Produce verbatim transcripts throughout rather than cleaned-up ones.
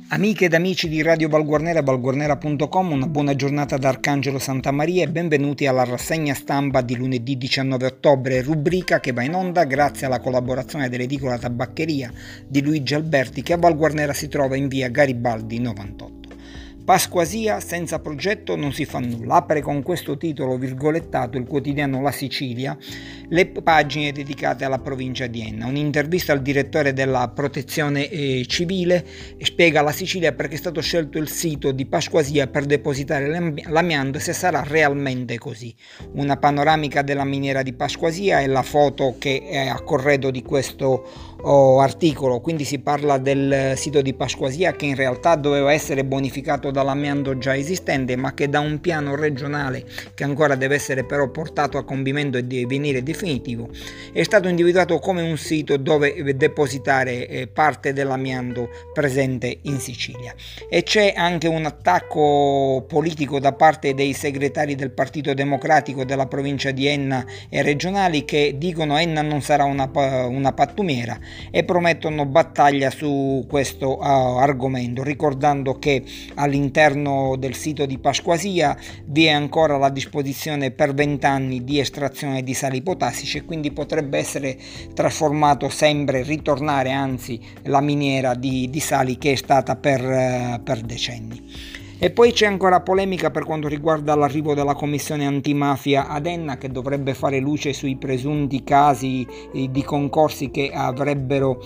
Amiche ed amici di Radio Valguarnera e valguarnera punto com, una buona giornata da Arcangelo Santamaria e benvenuti alla rassegna stampa di lunedì diciannove ottobre, rubrica che va in onda grazie alla collaborazione dell'edicola Tabaccheria di Luigi Alberti, che a Valguarnera si trova in via Garibaldi novantotto. Pasquasia senza progetto non si fa nulla. Apre con questo titolo virgolettato il quotidiano La Sicilia le pagine dedicate alla provincia di Enna. Un'intervista al direttore della protezione eh, civile spiega alla Sicilia perché è stato scelto il sito di Pasquasia per depositare l'amianto e se sarà realmente così. Una panoramica della miniera di Pasquasia è la foto che è a corredo di questo oh, articolo. Quindi si parla del sito di Pasquasia che in realtà doveva essere bonificato dall'amianto già esistente, ma che da un piano regionale che ancora deve essere però portato a compimento e divenire definitivo è stato individuato come un sito dove depositare eh, parte dell'amianto presente in Sicilia. E c'è anche un attacco politico da parte dei segretari del Partito Democratico della provincia di Enna e regionali che dicono Enna non sarà una, una pattumiera e promettono battaglia su questo uh, argomento, ricordando che all'interno All'interno del sito di Pasquasia vi è ancora la disposizione per venti anni di estrazione di sali potassici e quindi potrebbe essere trasformato sempre, ritornare anzi la miniera di, di sali che è stata per, uh, per decenni. E poi c'è ancora polemica per quanto riguarda l'arrivo della commissione antimafia ad Enna, che dovrebbe fare luce sui presunti casi di concorsi che avrebbero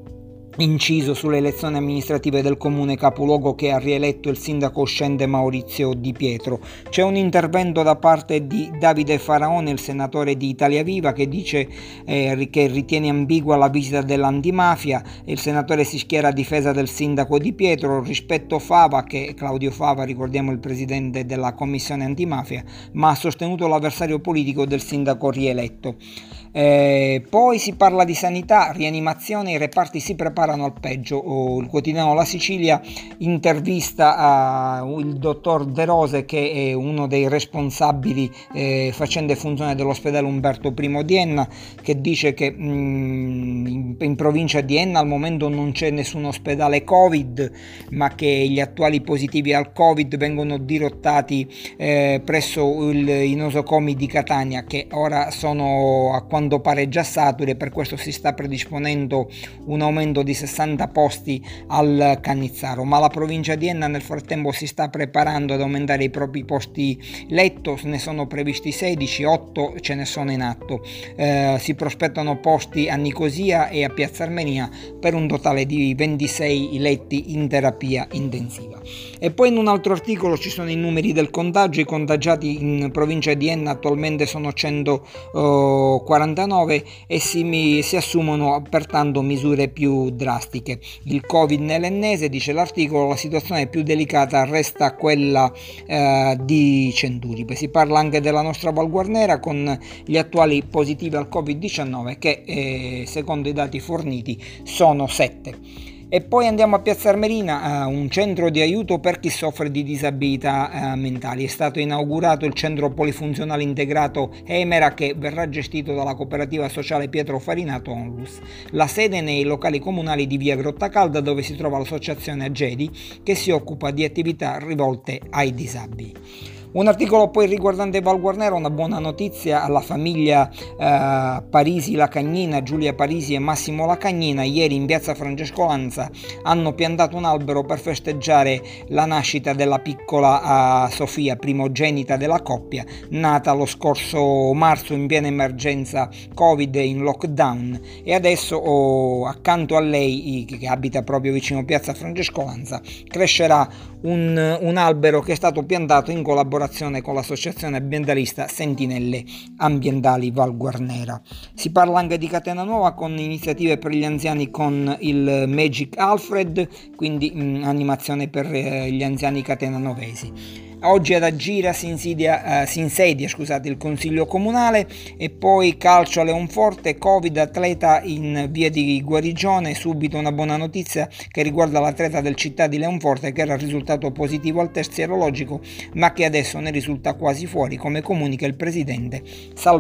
inciso sulle elezioni amministrative del comune capoluogo che ha rieletto il sindaco uscente Maurizio Di Pietro. C'è un intervento da parte di Davide Faraone, il senatore di Italia Viva, che dice eh, che ritiene ambigua la visita dell'antimafia. Il senatore si schiera a difesa del sindaco Di Pietro rispetto Fava, che Claudio Fava, ricordiamo il presidente della commissione antimafia, ma ha sostenuto l'avversario politico del sindaco rieletto. Eh, poi si parla di sanità, rianimazione, i reparti si preparano al peggio. Oh, il quotidiano La Sicilia intervista uh, il dottor De Rose, che è uno dei responsabili eh, facende funzione dell'ospedale Umberto I di Enna, che dice che mh, in, in provincia di Enna al momento non c'è nessun ospedale Covid, ma che gli attuali positivi al Covid vengono dirottati eh, presso il, i nosocomi di Catania, che ora sono a quanto pare già saturi, e per questo si sta predisponendo un aumento di sessanta posti al Cannizzaro. Ma la provincia di Enna nel frattempo si sta preparando ad aumentare i propri posti letto, ne sono previsti sedici, otto ce ne sono in atto. Eh, si prospettano posti a Nicosia e a Piazza Armenia per un totale di ventisei letti in terapia intensiva. E poi in un altro articolo ci sono i numeri del contagio. I contagiati in provincia di Enna attualmente sono centoquarantanove e si, si assumono pertanto misure più drastiche. Il Covid nell'Ennese, dice l'articolo, la situazione più delicata resta quella eh, di Centuripe. Si parla anche della nostra Valguarnera con gli attuali positivi al Covid diciannove che eh, secondo i dati forniti sono sette. E poi andiamo a Piazza Armerina, uh, un centro di aiuto per chi soffre di disabilità uh, mentali. È stato inaugurato il centro polifunzionale integrato Emera, che verrà gestito dalla cooperativa sociale Pietro Farinato Onlus. La sede nei locali comunali di via Grottacalda, dove si trova l'associazione Agedi, che si occupa di attività rivolte ai disabili. Un articolo poi riguardante Valguarnera, una buona notizia alla famiglia eh, Parisi Lacagnina, Giulia Parisi e Massimo Lacagnina. Ieri in piazza Francesco Lanza hanno piantato un albero per festeggiare la nascita della piccola eh, Sofia, primogenita della coppia, nata lo scorso marzo in piena emergenza Covid e in lockdown, e adesso oh, accanto a lei, che abita proprio vicino piazza Francesco Lanza, crescerà un, un albero che è stato piantato in collaborazione con l'associazione ambientalista Sentinelle Ambientali Valguarnera. Si parla anche di Catena Nuova con iniziative per gli anziani con il Magic Alfred, quindi mh, animazione per eh, gli anziani catenanovesi. Oggi ad Agira si, insidia, eh, si insedia scusate, il Consiglio Comunale. E poi calcio a Leonforte, Covid, atleta in via di guarigione. Subito una buona notizia che riguarda l'atleta del Città di Leonforte che era risultato positivo al test sierologico, ma che adesso ne risulta quasi fuori, come comunica il presidente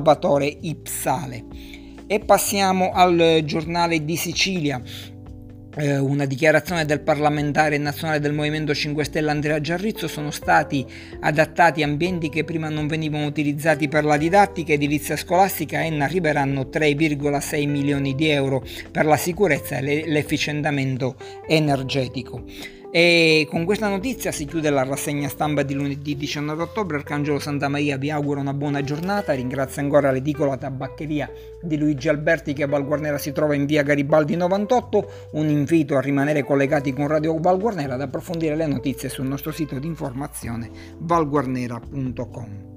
Salvatore Ipsale. E passiamo al Giornale di Sicilia. eh, una dichiarazione del parlamentare nazionale del Movimento cinque Stelle Andrea Giarrizzo, sono stati adattati ambienti che prima non venivano utilizzati per la didattica edilizia scolastica. A Enna arriveranno tre virgola sei milioni di euro per la sicurezza e l'efficientamento energetico. E con questa notizia si chiude la rassegna stampa di lunedì diciannove ottobre. Arcangelo Santamaria vi augura una buona giornata, ringrazio ancora l'edicola tabaccheria di Luigi Alberti che a Val Guarnera si trova in via Garibaldi novantotto, un invito a rimanere collegati con Radio Val Guarnera, ad approfondire le notizie sul nostro sito di informazione val guarnera punto com.